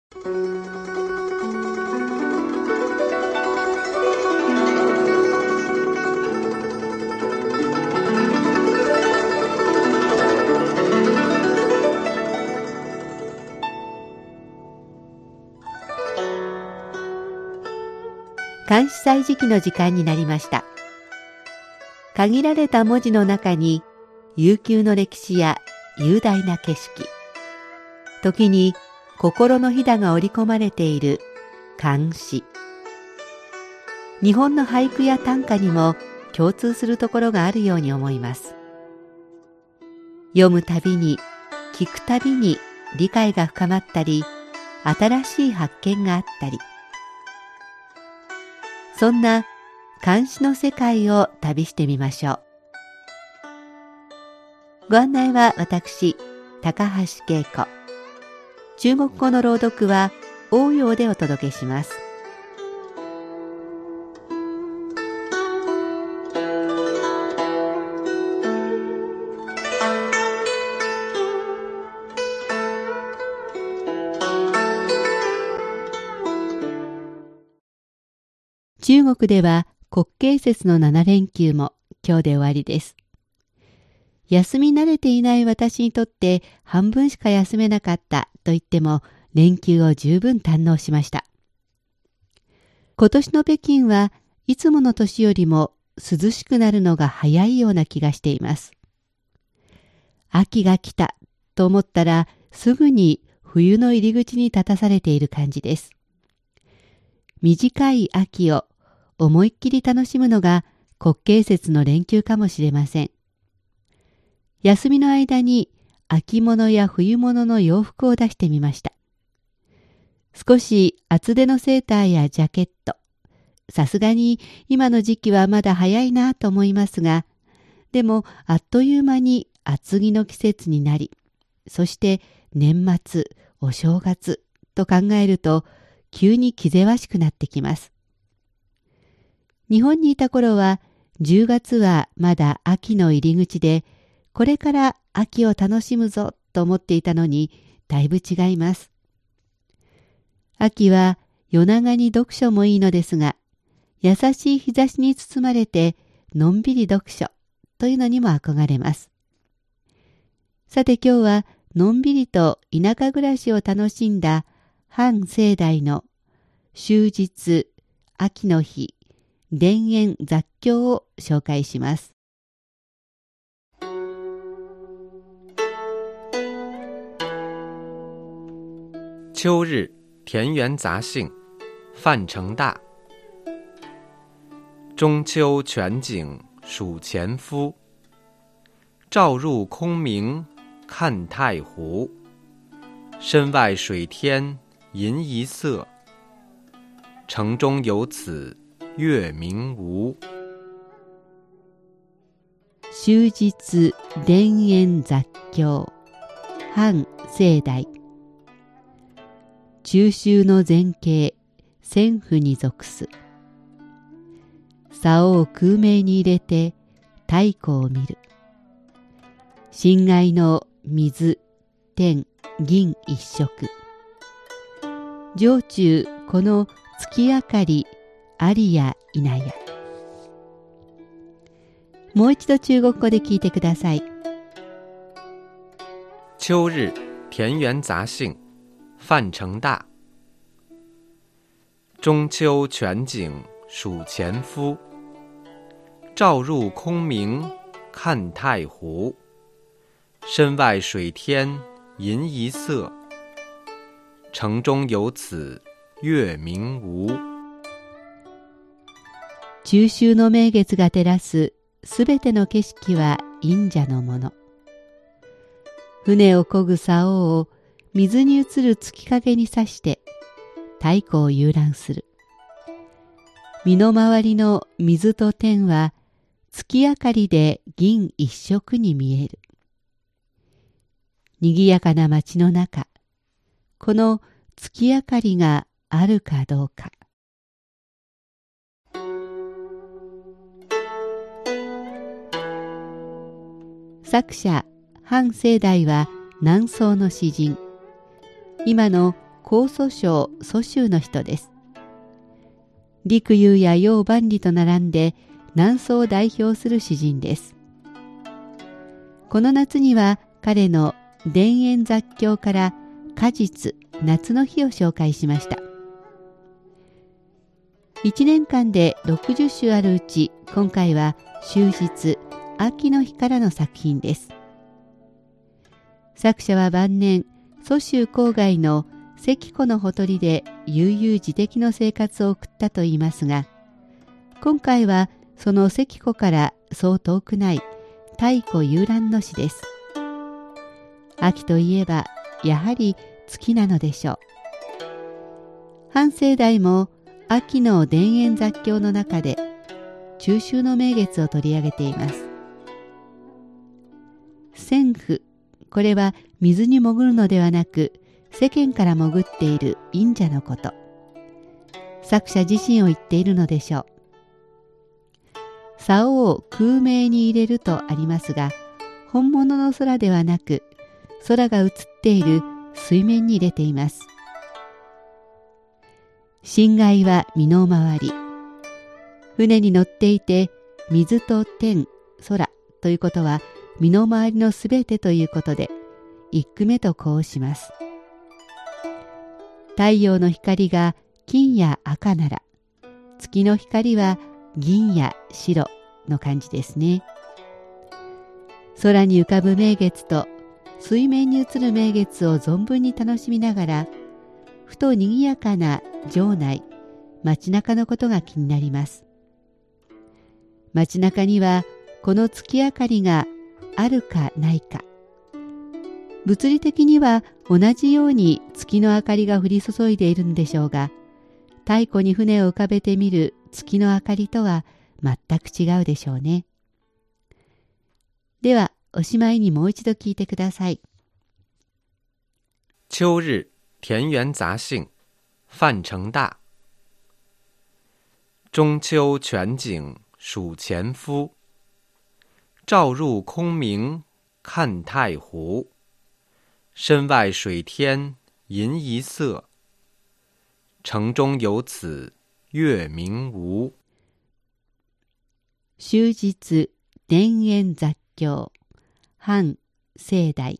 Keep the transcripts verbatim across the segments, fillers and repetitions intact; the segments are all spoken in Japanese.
漢詩歳時記の時間になりました。限られた文字の中に悠久の歴史や雄大な景色、時に心のひだが織り込まれている漢詩。日本の俳句や短歌にも共通するところがあるように思います。読むたびに、聞くたびに理解が深まったり、新しい発見があったり、そんな漢詩の世界を旅してみましょう。ご案内は私、高橋恵子。中国語の朗読は応用でお届けします。中国では国慶節のなな連休も今日で終わりです。休み慣れていない私にとって半分しか休めなかったと言っても連休を十分堪能しました。今年の北京はいつもの年よりも涼しくなるのが早いような気がしています。秋が来たと思ったらすぐに冬の入り口に立たされている感じです。短い秋を思いっきり楽しむのが国慶節の連休かもしれません。休みの間に秋物や冬物の洋服を出してみました。少し厚手のセーターやジャケット。さすがに今の時期はまだ早いなと思いますが、でもあっという間に厚着の季節になり、そして年末、お正月と考えると急に気ぜわしくなってきます。日本にいた頃はじゅうがつはまだ秋の入り口で、これから秋を楽しむぞと思っていたのにだいぶ違います。秋は夜長に読書もいいのですが、優しい日差しに包まれてのんびり読書というのにも憧れます。さて今日はのんびりと田舎暮らしを楽しんだ韓正大の終日秋の日田園雑教を紹介します。 秋日田園杂兴范成大。中秋全景属前夫，照入空明看太湖。身外水天银一色，城中有此月明无。 終日田園雑教韓正大。中秋の前景千府に属す。竿を空明に入れて太鼓を見る。深愛の水天銀一色。上中この月明かりありやいなや。もう一度中国語で聞いてください。 秋日田園杂兴范成大。中秋全景属前夫，照入空明看太湖。身外水天银一色，城中有此月明无。 中秋の名月が照らすすべての景色は隠者のもの。船を漕ぐ竿を水に映る月影に刺して太鼓を遊覧する。身の回りの水と天は月明かりで銀一色に見える。にぎやかな街の中、この月明かりがあるかどうか。作者韓正大は南宋の詩人。今の江蘇省蘇州の人です。陸游や楊万里と並んで南宋を代表する詩人です。この夏には彼の田園雑教から果実、夏の日を紹介しました。いちねんかんでろくじゅっしゅあるうち、今回は秋日、秋の日からの作品です。作者は晩年、蘇州郊外の関湖のほとりで悠々自適の生活を送ったといいますが、今回はその関湖からそう遠くない太古遊覧の詩です。秋といえばやはり月なのでしょう。半生代も秋の田園雑教の中で中秋の名月を取り上げています。潜伏、これは水に潜るのではなく世間から潜っている隠者のこと。作者自身を言っているのでしょう。竿を空明に入れるとありますが、本物の空ではなく空が映っている水面に入れています。心外は身の回り。船に乗っていて水と天、空ということは身の回りのすべてということで、一句目とこうします。太陽の光が金や赤なら、月の光は銀や白の感じですね。空に浮かぶ名月と水面に映る名月を存分に楽しみながら、ふとにぎやかな城内、街中のことが気になります。街中にはこの月明かりがあるかないか。物理的には同じように月の明かりが降り注いでいるんでしょうが、太古に船を浮かべてみる月の明かりとは全く違うでしょうね。ではおしまいにもう一度聞いてください。 秋日田園杂兴，范成大。中秋全景属前夫，照入空明看太湖。身外水天银一色，城中有此月明无。 秋日田園雑教、半生代。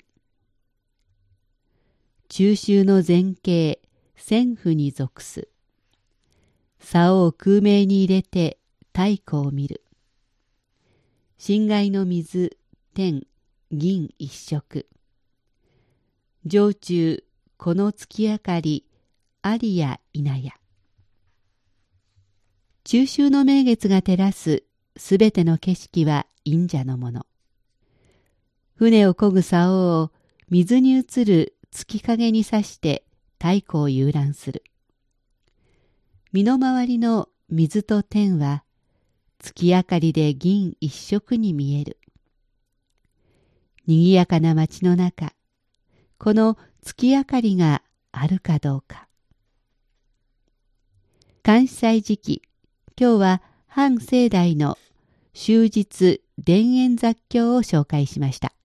中秋の前景、潜伏に属す。竿を空明に入れて太古を見る。心外の水、天、銀一色。城中この月明かりありやいなや。中秋の名月が照らすすべての景色は隠者のもの。船を漕ぐ竿を水に映る月影に刺して太古を遊覧する。身の回りの水と天は月明かりで銀一色に見える。にぎやかな街の中、この月明かりがあるかどうか。関西時期、今日は半生代の秋日田園雑教を紹介しました。